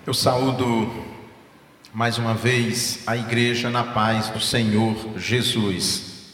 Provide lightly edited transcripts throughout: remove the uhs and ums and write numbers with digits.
Eu saúdo mais uma vez a igreja na paz do Senhor Jesus.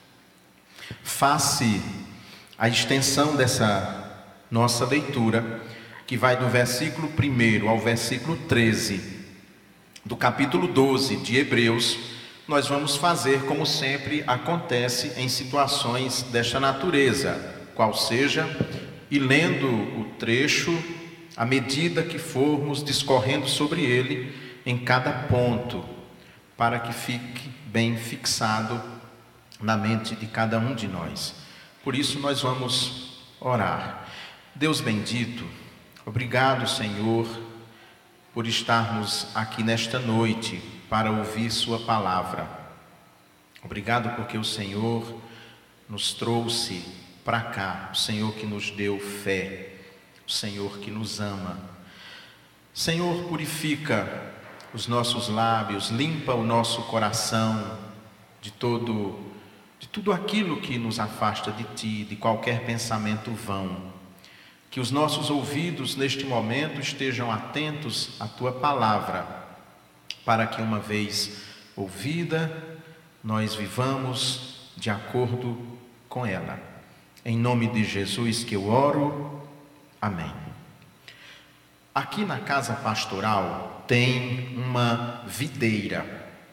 Face a extensão dessa nossa leitura, que vai do versículo 1 ao versículo 13 do capítulo 12 de Hebreus, nós vamos fazer como sempre acontece em situações desta natureza, qual seja, e lendo o trecho à medida que formos discorrendo sobre ele em cada ponto, para que fique bem fixado na mente de cada um de nós. Por isso nós vamos orar. Deus bendito, obrigado, Senhor, por estarmos aqui nesta noite para ouvir sua palavra. Obrigado porque o Senhor nos trouxe para cá, o Senhor que nos deu fé, o Senhor que nos ama. Senhor, purifica os nossos lábios, limpa o nosso coração de tudo aquilo que nos afasta de Ti, de qualquer pensamento vão. Que os nossos ouvidos neste momento estejam atentos à Tua palavra, para que uma vez ouvida, nós vivamos de acordo com ela. Em nome de Jesus que eu oro. Amém. Aqui na casa pastoral tem uma videira.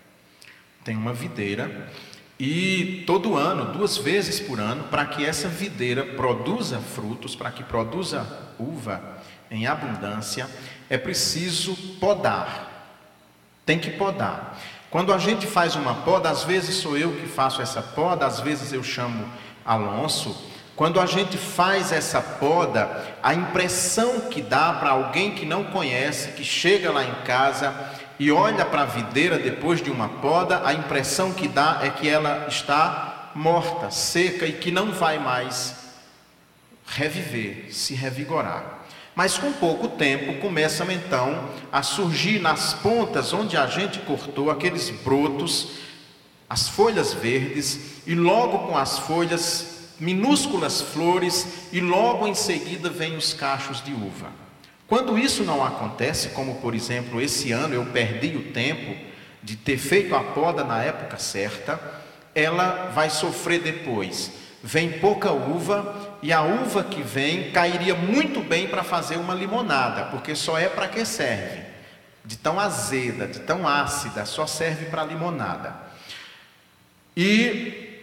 E todo ano, 2 vezes por ano, para que essa videira produza frutos, para que produza uva em abundância, é preciso podar. Tem que podar. Quando a gente faz uma poda, às vezes sou eu que faço essa poda, às vezes eu chamo Alonso. Quando a gente faz essa poda, a impressão que dá para alguém que não conhece, que chega lá em casa e olha para a videira depois de uma poda, a impressão que dá é que ela está morta, seca e que não vai mais reviver, se revigorar. Mas com pouco tempo começam então a surgir nas pontas onde a gente cortou aqueles brotos, as folhas verdes, e logo com as folhas minúsculas flores, e logo em seguida vêm os cachos de uva. Quando isso não acontece, como por exemplo esse ano eu perdi o tempo de ter feito a poda na época certa, ela vai sofrer depois. Vem pouca uva, e a uva que vem cairia muito bem para fazer uma limonada, porque só é para que serve? De tão azeda, de tão ácida, só serve para limonada. E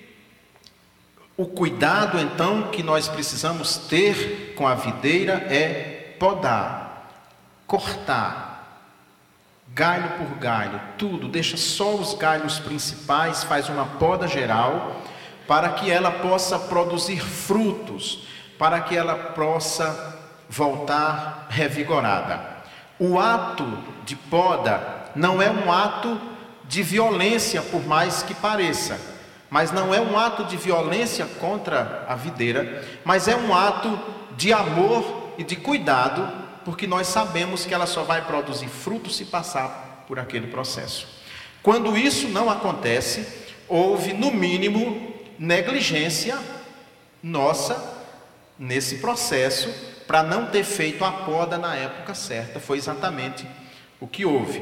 o cuidado, então, que nós precisamos ter com a videira é podar, cortar, galho por galho, tudo, deixa só os galhos principais, faz uma poda geral, para que ela possa produzir frutos, para que ela possa voltar revigorada. O ato de poda não é um ato de violência, por mais que pareça. Mas não é um ato de violência contra a videira, mas é um ato de amor e de cuidado, porque nós sabemos que ela só vai produzir frutos se passar por aquele processo. Quando isso não acontece, houve no mínimo negligência nossa nesse processo para não ter feito a poda na época certa. Foi exatamente o que houve.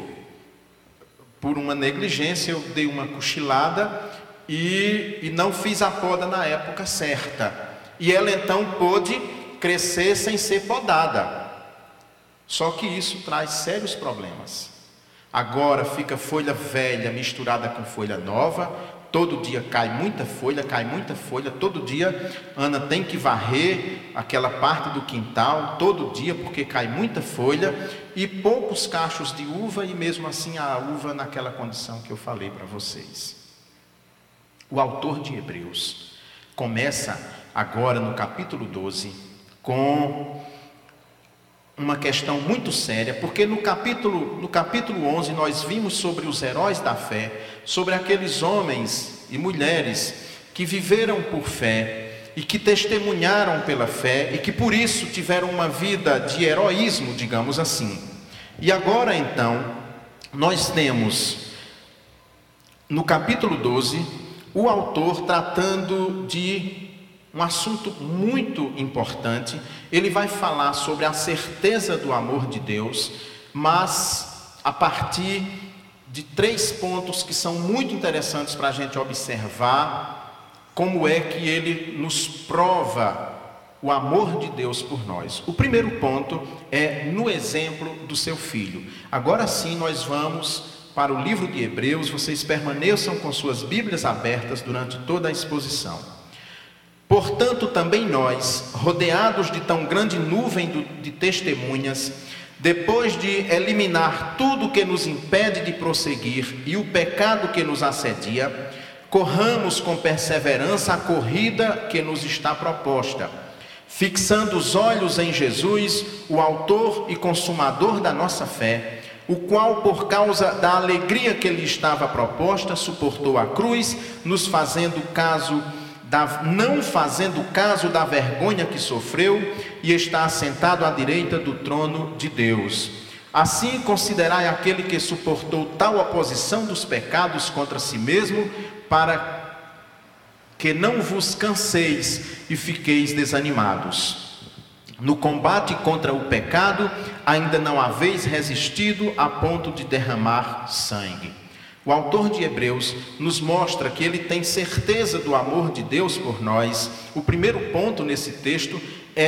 Por uma negligência eu dei uma cochilada e não fiz a poda na época certa, e ela então pôde crescer sem ser podada. Só que isso traz sérios problemas. Agora fica folha velha misturada com folha nova, todo dia cai muita folha, todo dia Ana tem que varrer aquela parte do quintal, todo dia, porque cai muita folha, e poucos cachos de uva, e mesmo assim a uva naquela condição que eu falei para vocês. O autor de Hebreus começa agora no capítulo 12 com uma questão muito séria, porque no capítulo 11 nós vimos sobre os heróis da fé, sobre aqueles homens e mulheres que viveram por fé e que testemunharam pela fé e que por isso tiveram uma vida de heroísmo, digamos assim. E agora então nós temos no capítulo 12 o autor tratando de um assunto muito importante. Ele vai falar sobre a certeza do amor de Deus, mas a partir de 3 pontos que são muito interessantes para a gente observar como é que ele nos prova o amor de Deus por nós. O primeiro ponto é no exemplo do seu filho. Agora sim nós vamos para o livro de Hebreus. Vocês permaneçam com suas Bíblias abertas durante toda a exposição. Portanto, também nós, rodeados de tão grande nuvem de testemunhas, depois de eliminar tudo que nos impede de prosseguir e o pecado que nos assedia, corramos com perseverança a corrida que nos está proposta, fixando os olhos em Jesus, o autor e consumador da nossa fé, o qual, por causa da alegria que lhe estava proposta, suportou a cruz, não fazendo caso da vergonha que sofreu, e está assentado à direita do trono de Deus. Assim considerai aquele que suportou tal oposição dos pecados contra si mesmo, para que não vos canseis e fiqueis desanimados. No combate contra o pecado, ainda não haveis resistido a ponto de derramar sangue. O autor de Hebreus nos mostra que ele tem certeza do amor de Deus por nós. O primeiro ponto nesse texto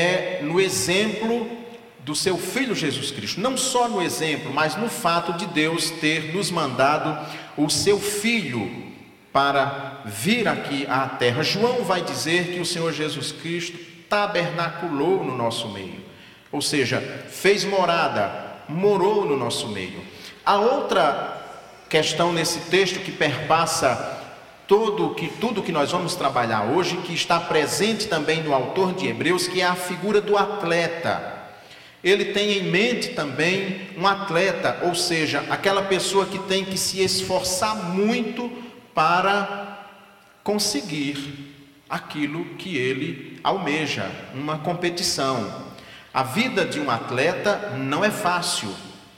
é no exemplo do seu Filho Jesus Cristo. Não só no exemplo, mas no fato de Deus ter nos mandado o seu Filho para vir aqui à terra. João vai dizer que o Senhor Jesus Cristo tabernaculou no nosso meio, ou seja, fez morada, morou no nosso meio. A outra questão nesse texto que perpassa tudo que nós vamos trabalhar hoje, que está presente também no autor de Hebreus, que é a figura do atleta. Ele tem em mente também um atleta, ou seja, aquela pessoa que tem que se esforçar muito para conseguir aquilo que ele almeja, uma competição. A vida de um atleta não é fácil.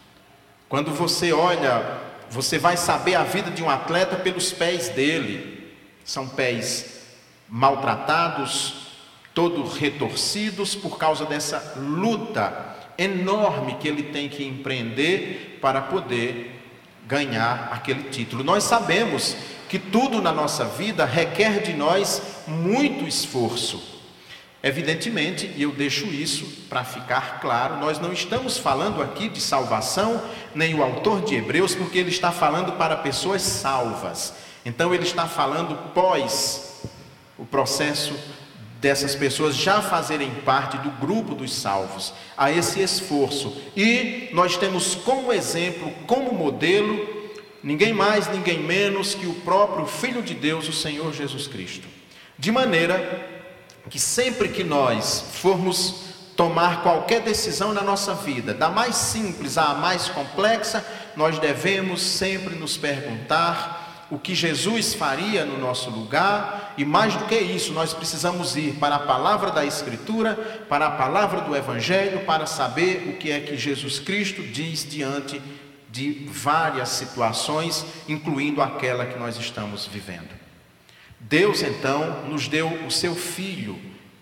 Quando você olha, você vai saber a vida de um atleta pelos pés dele. São pés maltratados, todos retorcidos por causa dessa luta enorme que ele tem que empreender para poder ganhar aquele título. Nós sabemos que tudo na nossa vida requer de nós muito esforço. Evidentemente, e eu deixo isso para ficar claro, nós não estamos falando aqui de salvação, nem o autor de Hebreus, porque ele está falando para pessoas salvas. Então ele está falando pós o processo dessas pessoas já fazerem parte do grupo dos salvos, a esse esforço. E nós temos como exemplo, como modelo, ninguém mais, ninguém menos que o próprio Filho de Deus, o Senhor Jesus Cristo. De maneira que sempre que nós formos tomar qualquer decisão na nossa vida, da mais simples à mais complexa, nós devemos sempre nos perguntar o que Jesus faria no nosso lugar, e mais do que isso, nós precisamos ir para a palavra da Escritura, para a palavra do Evangelho, para saber o que é que Jesus Cristo diz diante de várias situações, incluindo aquela que nós estamos vivendo. Deus então nos deu o seu Filho.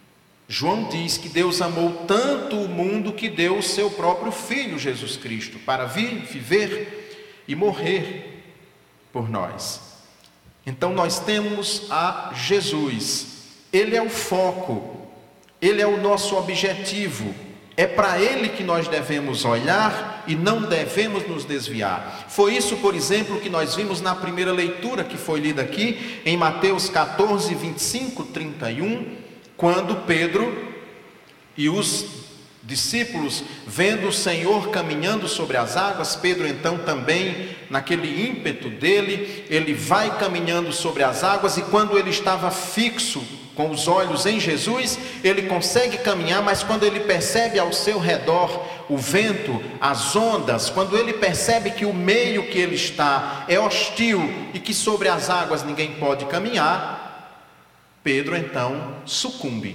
João diz que Deus amou tanto o mundo que deu o seu próprio Filho Jesus Cristo para vir, viver e morrer por nós. Então nós temos a Jesus. Ele é o foco, ele é o nosso objetivo. É para ele que nós devemos olhar e não devemos nos desviar. Foi isso, por exemplo, que nós vimos na primeira leitura que foi lida aqui, em Mateus 14, 25, 31, quando Pedro e os discípulos, vendo o Senhor caminhando sobre as águas, Pedro então também, naquele ímpeto dele, ele vai caminhando sobre as águas, e quando ele estava fixo com os olhos em Jesus, ele consegue caminhar, mas quando ele percebe ao seu redor o vento, as ondas, quando ele percebe que o meio que ele está é hostil e que sobre as águas ninguém pode caminhar, Pedro então sucumbe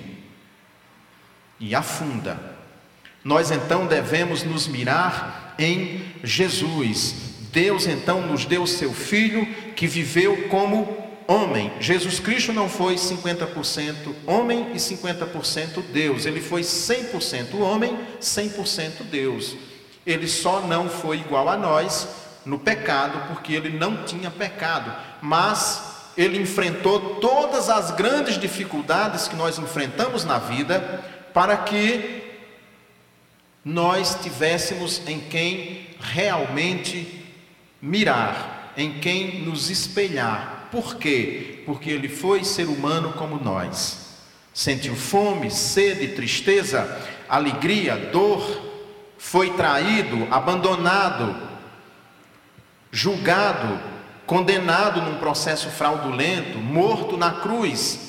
e afunda. Nós então devemos nos mirar em Jesus. Deus então nos deu o seu Filho, que viveu como homem. Jesus Cristo não foi 50% homem e 50% Deus. Ele foi 100% homem, 100% Deus. Ele só não foi igual a nós no pecado, porque ele não tinha pecado, mas ele enfrentou todas as grandes dificuldades que nós enfrentamos na vida, para que nós tivéssemos em quem realmente mirar, em quem nos espelhar. Por quê? Porque ele foi ser humano como nós. Sentiu fome, sede, tristeza, alegria, dor, foi traído, abandonado, julgado, condenado num processo fraudulento, morto na cruz.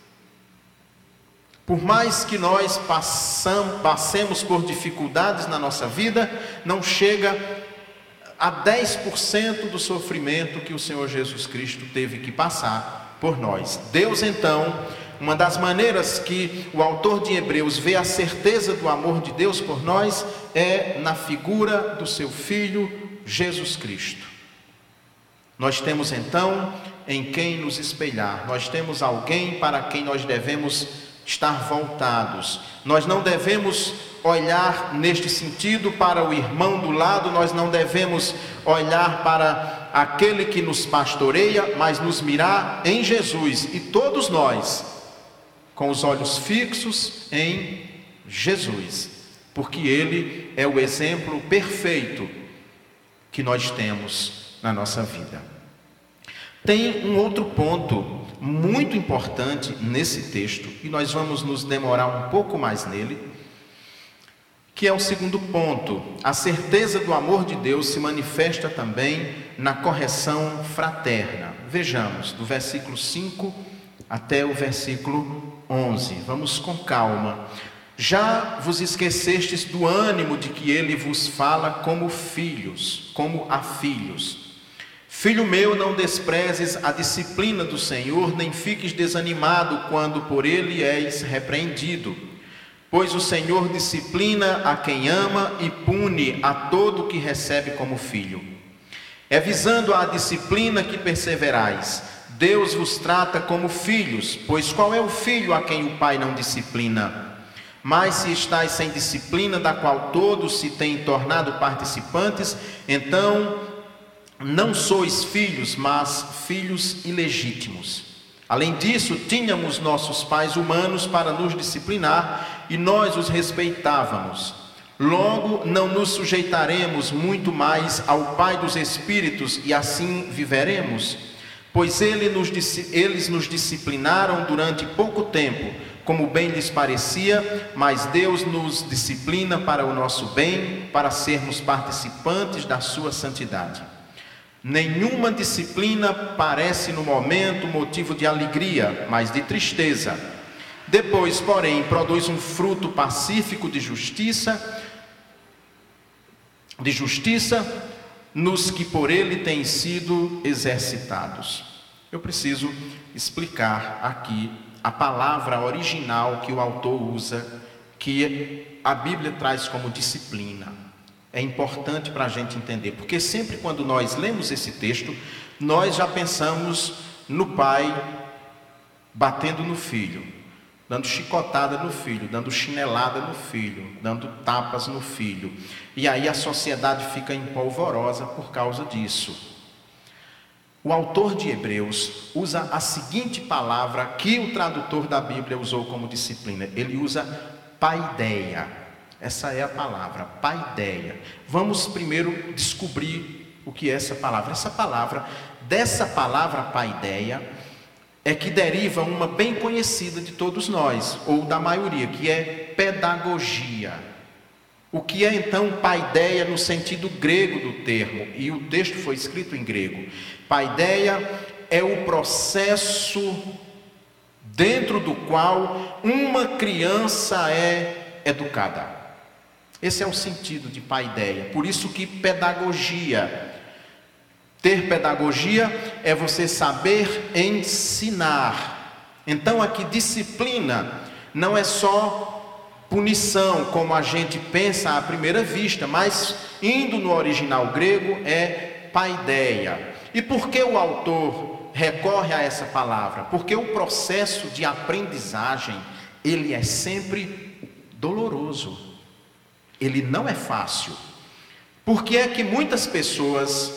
Por mais que nós passemos por dificuldades na nossa vida, não chega a 10% do sofrimento que o Senhor Jesus Cristo teve que passar por nós. Deus, então, uma das maneiras que o autor de Hebreus vê a certeza do amor de Deus por nós é na figura do seu Filho Jesus Cristo. Nós temos então em quem nos espelhar, nós temos alguém para quem nós devemos estar voltados. Nós não devemos olhar neste sentido para o irmão do lado, nós não devemos olhar para aquele que nos pastoreia, mas nos mirar em Jesus, e todos nós com os olhos fixos em Jesus, porque Ele é o exemplo perfeito que nós temos na nossa vida. Tem um outro ponto muito importante nesse texto, e nós vamos nos demorar um pouco mais nele, que é o segundo ponto. A certeza do amor de Deus se manifesta também na correção fraterna. Vejamos, do versículo 5 até o versículo 11. Vamos com calma. Já vos esquecestes do ânimo de que ele vos fala como filhos, como a filhos. Filho meu, não desprezes a disciplina do Senhor, nem fiques desanimado quando por ele és repreendido. Pois o Senhor disciplina a quem ama e pune a todo que recebe como filho. É visando a disciplina que perseverais. Deus vos trata como filhos, pois qual é o filho a quem o pai não disciplina? Mas se estáis sem disciplina, da qual todos se têm tornado participantes, então não sois filhos, mas filhos ilegítimos. Além disso, tínhamos nossos pais humanos para nos disciplinar, e nós os respeitávamos. Logo, não nos sujeitaremos muito mais ao Pai dos Espíritos, e assim viveremos? Pois eles nos disciplinaram durante pouco tempo, como bem lhes parecia, mas Deus nos disciplina para o nosso bem, para sermos participantes da sua santidade. Nenhuma disciplina parece no momento motivo de alegria, mas de tristeza. Depois, porém, produz um fruto pacífico de justiça nos que por ele têm sido exercitados. Eu preciso explicar aqui a palavra original que o autor usa, que a Bíblia traz como disciplina. É importante para a gente entender, porque sempre quando nós lemos esse texto, nós já pensamos no pai batendo no filho, dando chicotada no filho, dando chinelada no filho, dando tapas no filho. E aí a sociedade fica empolvorosa por causa disso. O autor de Hebreus usa a seguinte palavra que o tradutor da Bíblia usou como disciplina. Ele usa paideia. Essa é a palavra, paideia. Vamos primeiro descobrir o que é essa palavra. Dessa palavra paideia, é que deriva uma bem conhecida de todos nós, ou da maioria, que é pedagogia. O que é então paideia no sentido grego do termo? E o texto foi escrito em grego. Paideia é o processo dentro do qual uma criança é educada. Esse é o sentido de paideia. Por isso que pedagogia. Ter pedagogia é você saber ensinar. Então aqui disciplina não é só punição, como a gente pensa à primeira vista, mas indo no original grego é paideia. E por que o autor recorre a essa palavra? Porque o processo de aprendizagem, ele é sempre doloroso. Ele não é fácil. Por que é que muitas pessoas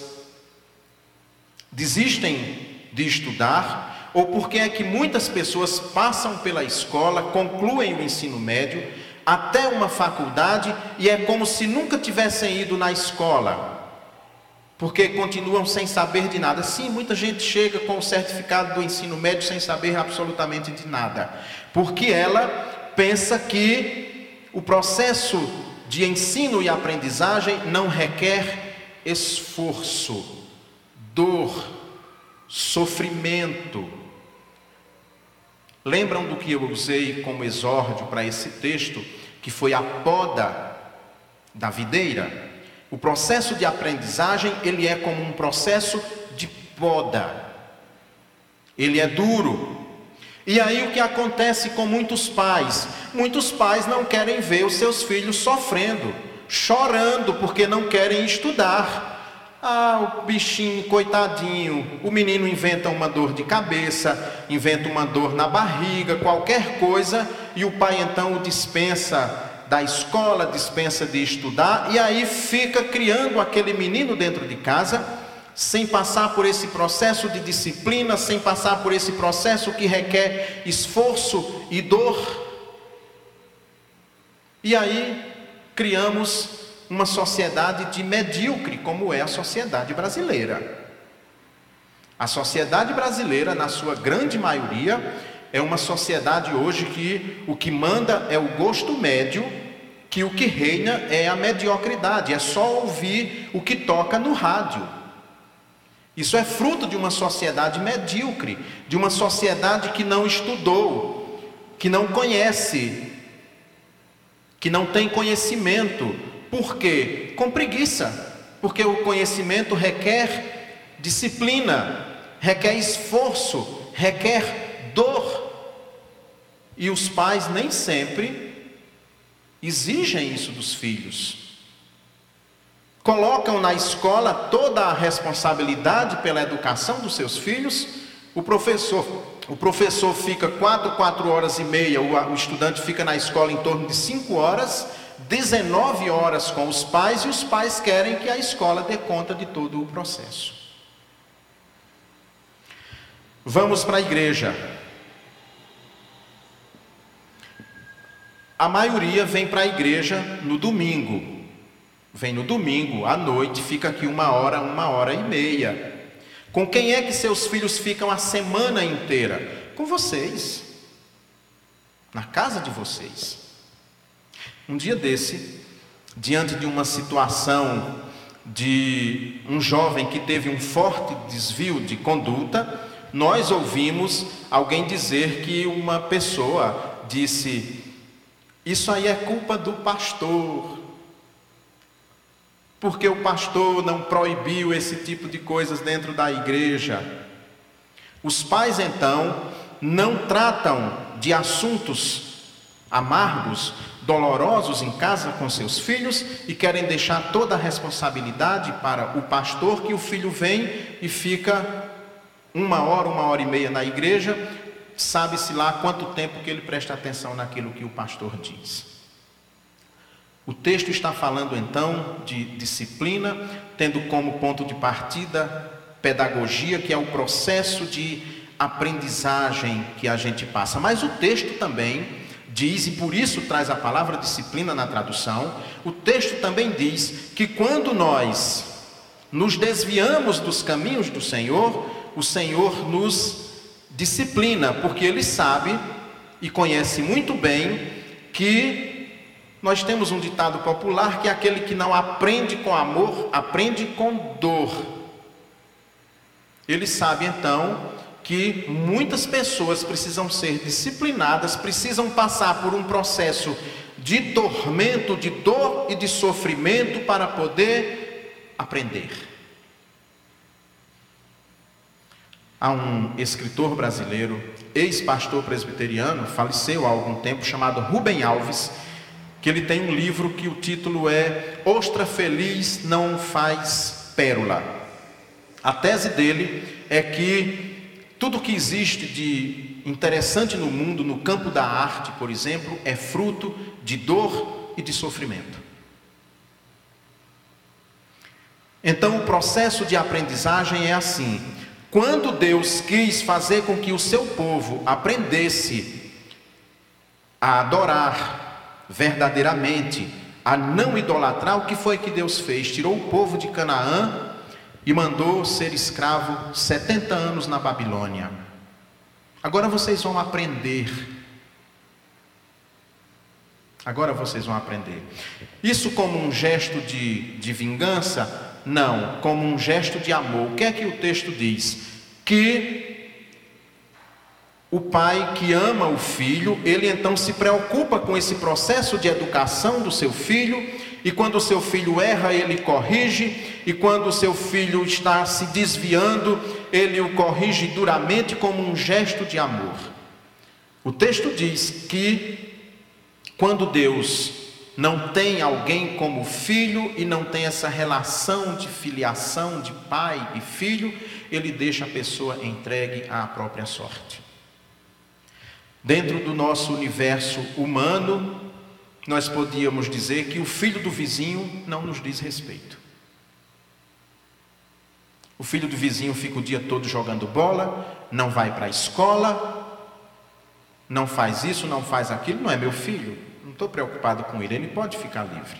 desistem de estudar? Ou por que é que muitas pessoas passam pela escola, concluem o ensino médio, até uma faculdade, e é como se nunca tivessem ido na escola? Porque continuam sem saber de nada. Sim, muita gente chega com o certificado do ensino médio sem saber absolutamente de nada. Porque ela pensa que o processo de ensino e aprendizagem não requer esforço, dor, sofrimento. Lembram do que eu usei como exórdio para esse texto, que foi a poda da videira? O processo de aprendizagem, ele é como um processo de poda. Ele é duro. E aí o que acontece com muitos pais? Muitos pais não querem ver os seus filhos sofrendo, chorando porque não querem estudar. Ah, o bichinho, coitadinho, o menino inventa uma dor de cabeça, inventa uma dor na barriga, qualquer coisa, e o pai então o dispensa da escola, dispensa de estudar, e aí fica criando aquele menino dentro de casa, sem passar por esse processo de disciplina, sem passar por esse processo que requer esforço e dor. E aí criamos uma sociedade de medíocre, como é a sociedade brasileira. A sociedade brasileira, na sua grande maioria, é uma sociedade hoje que o que manda é o gosto médio, que o que reina é a mediocridade, é só ouvir o que toca no rádio. Isso é fruto de uma sociedade medíocre, de uma sociedade que não estudou, que não conhece, que não tem conhecimento. Por quê? Com preguiça, porque o conhecimento requer disciplina, requer esforço, requer dor. E os pais nem sempre exigem isso dos filhos. Colocam na escola toda a responsabilidade pela educação dos seus filhos. O professor fica 4 horas e meia, o estudante fica na escola em torno de 5 horas, 19 horas com os pais, e os pais querem que a escola dê conta de todo o processo. Vamos para a igreja. A maioria vem para a igreja no domingo. Vem no domingo, à noite, fica aqui 1 hora e meia. Com quem é que seus filhos ficam a semana inteira? Com vocês. Na casa de vocês. Um dia desse, diante de uma situação de um jovem que teve um forte desvio de conduta, nós ouvimos alguém dizer que uma pessoa disse: isso aí é culpa do pastor, porque o pastor não proibiu esse tipo de coisas dentro da igreja. Os pais então não tratam de assuntos amargos, dolorosos em casa com seus filhos e querem deixar toda a responsabilidade para o pastor, que o filho vem e fica 1 hora e meia na igreja, sabe-se lá quanto tempo que ele presta atenção naquilo que o pastor diz. O texto está falando então de disciplina, tendo como ponto de partida pedagogia, que é o processo de aprendizagem que a gente passa. Mas o texto também diz, e por isso traz a palavra disciplina na tradução, o texto também diz que quando nós nos desviamos dos caminhos do Senhor, o Senhor nos disciplina, porque Ele sabe e conhece muito bem que nós temos um ditado popular que é aquele que não aprende com amor, aprende com dor. Ele sabe então que muitas pessoas precisam ser disciplinadas, precisam passar por um processo de tormento, de dor e de sofrimento para poder aprender. Há um escritor brasileiro, ex-pastor presbiteriano, faleceu há algum tempo, chamado Rubem Alves, que ele tem um livro que o título é Ostra Feliz Não Faz Pérola. A tese dele é que tudo que existe de interessante no mundo, no campo da arte, por exemplo, é fruto de dor e de sofrimento. Então o processo de aprendizagem é assim: quando Deus quis fazer com que o seu povo aprendesse a adorar verdadeiramente, a não idolatrar, o que foi que Deus fez? Tirou o povo de Canaã e mandou ser escravo 70 anos na Babilônia. Agora vocês vão aprender. Agora vocês vão aprender. Isso como um gesto de vingança? Não, como um gesto de amor. O que é que o texto diz? Que o pai que ama o filho, ele então se preocupa com esse processo de educação do seu filho, e quando o seu filho erra, ele corrige, e quando o seu filho está se desviando, ele o corrige duramente como um gesto de amor. O texto diz que quando Deus não tem alguém como filho e não tem essa relação de filiação de pai e filho, ele deixa a pessoa entregue à própria sorte. Dentro do nosso universo humano, nós podíamos dizer que o filho do vizinho não nos diz respeito. O filho do vizinho fica o dia todo jogando bola, não vai para a escola, não faz isso, não faz aquilo, não é meu filho, não estou preocupado com ele pode ficar livre.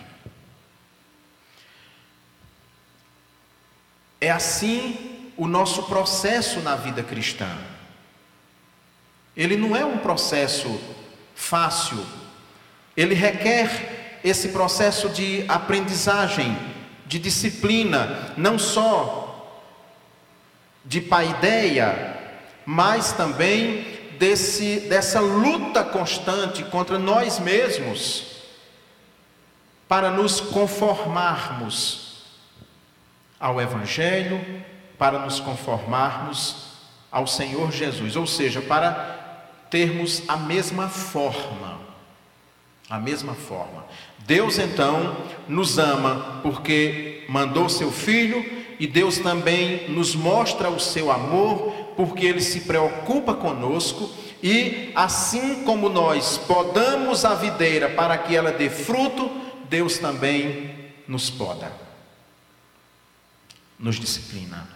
É assim o nosso processo na vida cristã. Ele não é um processo fácil, ele requer esse processo de aprendizagem, de disciplina, não só de paideia, mas também dessa luta constante contra nós mesmos, para nos conformarmos ao Evangelho, para nos conformarmos ao Senhor Jesus, ou seja, para termos a mesma forma. A mesma forma. Deus então nos ama porque mandou seu Filho, e Deus também nos mostra o seu amor porque Ele se preocupa conosco, e assim como nós podamos a videira para que ela dê fruto, Deus também nos poda, nos disciplina,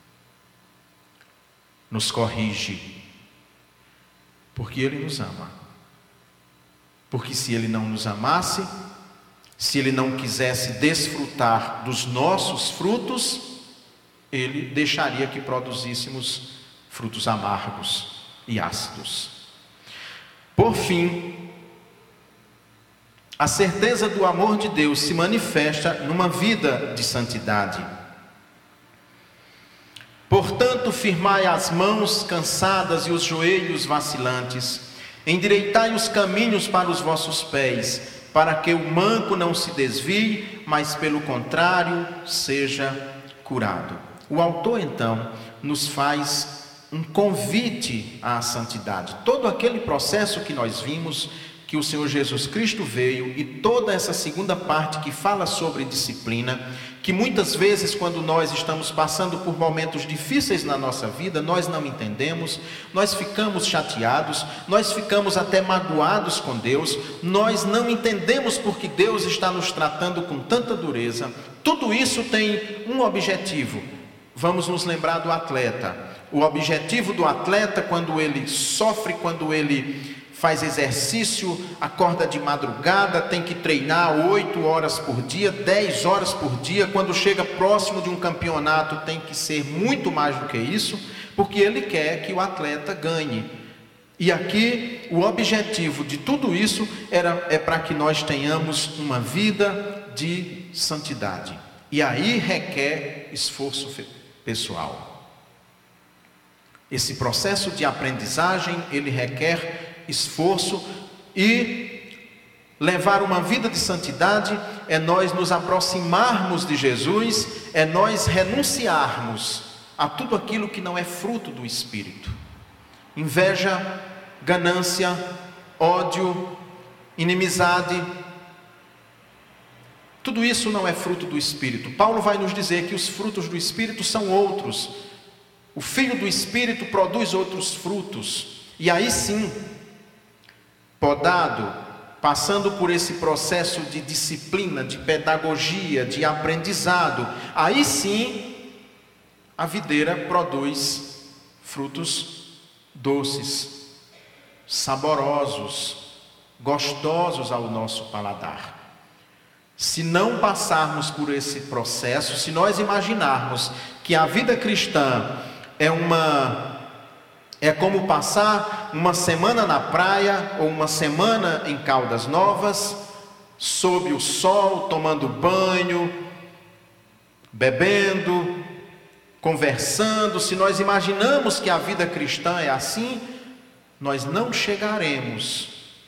nos corrige, porque Ele nos ama. Porque se Ele não nos amasse, se Ele não quisesse desfrutar dos nossos frutos, Ele deixaria que produzíssemos frutos amargos e ácidos. Por fim, a certeza do amor de Deus se manifesta numa vida de santidade. Portanto, firmai as mãos cansadas e os joelhos vacilantes, endireitai os caminhos para os vossos pés, para que o manco não se desvie, mas pelo contrário seja curado. O autor então nos faz um convite à santidade. Todo aquele processo que nós vimos, que o Senhor Jesus Cristo veio, e toda essa segunda parte que fala sobre disciplina, que muitas vezes quando nós estamos passando por momentos difíceis na nossa vida, nós não entendemos, nós ficamos chateados, nós ficamos até magoados com Deus, nós não entendemos porque Deus está nos tratando com tanta dureza. Tudo isso tem um objetivo. Vamos nos lembrar do atleta. O objetivo do atleta, quando ele sofre, quando ele faz exercício, acorda de madrugada, tem que treinar 8 horas por dia, 10 horas por dia, quando chega próximo de um campeonato tem que ser muito mais do que isso, porque ele quer que o atleta ganhe. E aqui o objetivo de tudo isso é para que nós tenhamos uma vida de santidade, e aí requer esforço pessoal. Esse processo de aprendizagem, ele requer esforço, e levar uma vida de santidade é nós nos aproximarmos de Jesus, é nós renunciarmos a tudo aquilo que não é fruto do Espírito. Inveja, ganância, ódio, inimizade, tudo isso não é fruto do Espírito. Paulo vai nos dizer que os frutos do Espírito são outros. O Filho do Espírito produz outros frutos, e aí sim, podado, passando por esse processo de disciplina, de pedagogia, de aprendizado, aí sim a videira produz frutos doces, saborosos, gostosos ao nosso paladar. Se não passarmos por esse processo, se nós imaginarmos que a vida cristã é como passar uma semana na praia ou uma semana em Caldas Novas, sob o sol, tomando banho, bebendo, conversando, se nós imaginamos que a vida cristã é assim, nós não chegaremos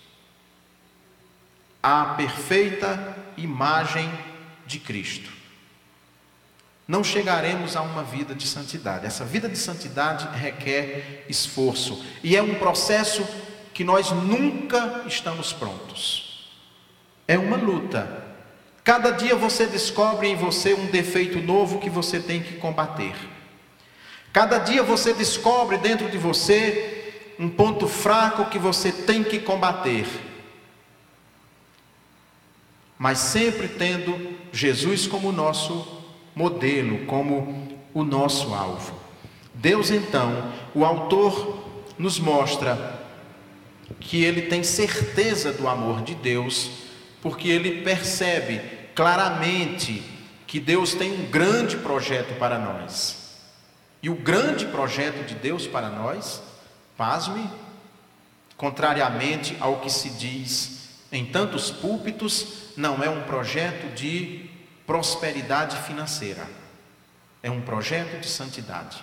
à perfeita imagem de Cristo. Não chegaremos a uma vida de santidade. Essa vida de santidade requer esforço. E é um processo que nós nunca estamos prontos. É uma luta. Cada dia você descobre em você um defeito novo que você tem que combater. Cada dia você descobre dentro de você um ponto fraco que você tem que combater. Mas sempre tendo Jesus como nosso modelo, como o nosso alvo. Deus então, o autor nos mostra que ele tem certeza do amor de Deus, porque ele percebe claramente que Deus tem um grande projeto para nós. E o grande projeto de Deus para nós, pasme, contrariamente ao que se diz em tantos púlpitos, não é um projeto de prosperidade financeira, é um projeto de santidade.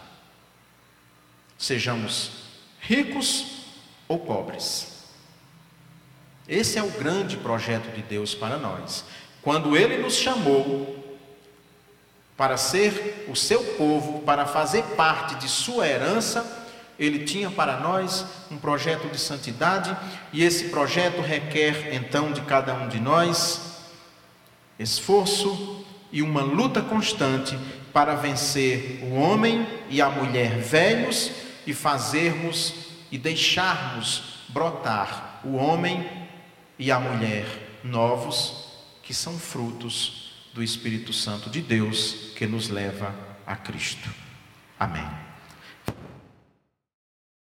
Sejamos ricos ou pobres, esse é o grande projeto de Deus para nós. Quando Ele nos chamou para ser o seu povo, para fazer parte de sua herança, Ele tinha para nós um projeto de santidade, e esse projeto requer então de cada um de nós esforço e uma luta constante para vencer o homem e a mulher velhos e fazermos e deixarmos brotar o homem e a mulher novos, que são frutos do Espírito Santo de Deus que nos leva a Cristo. Amém.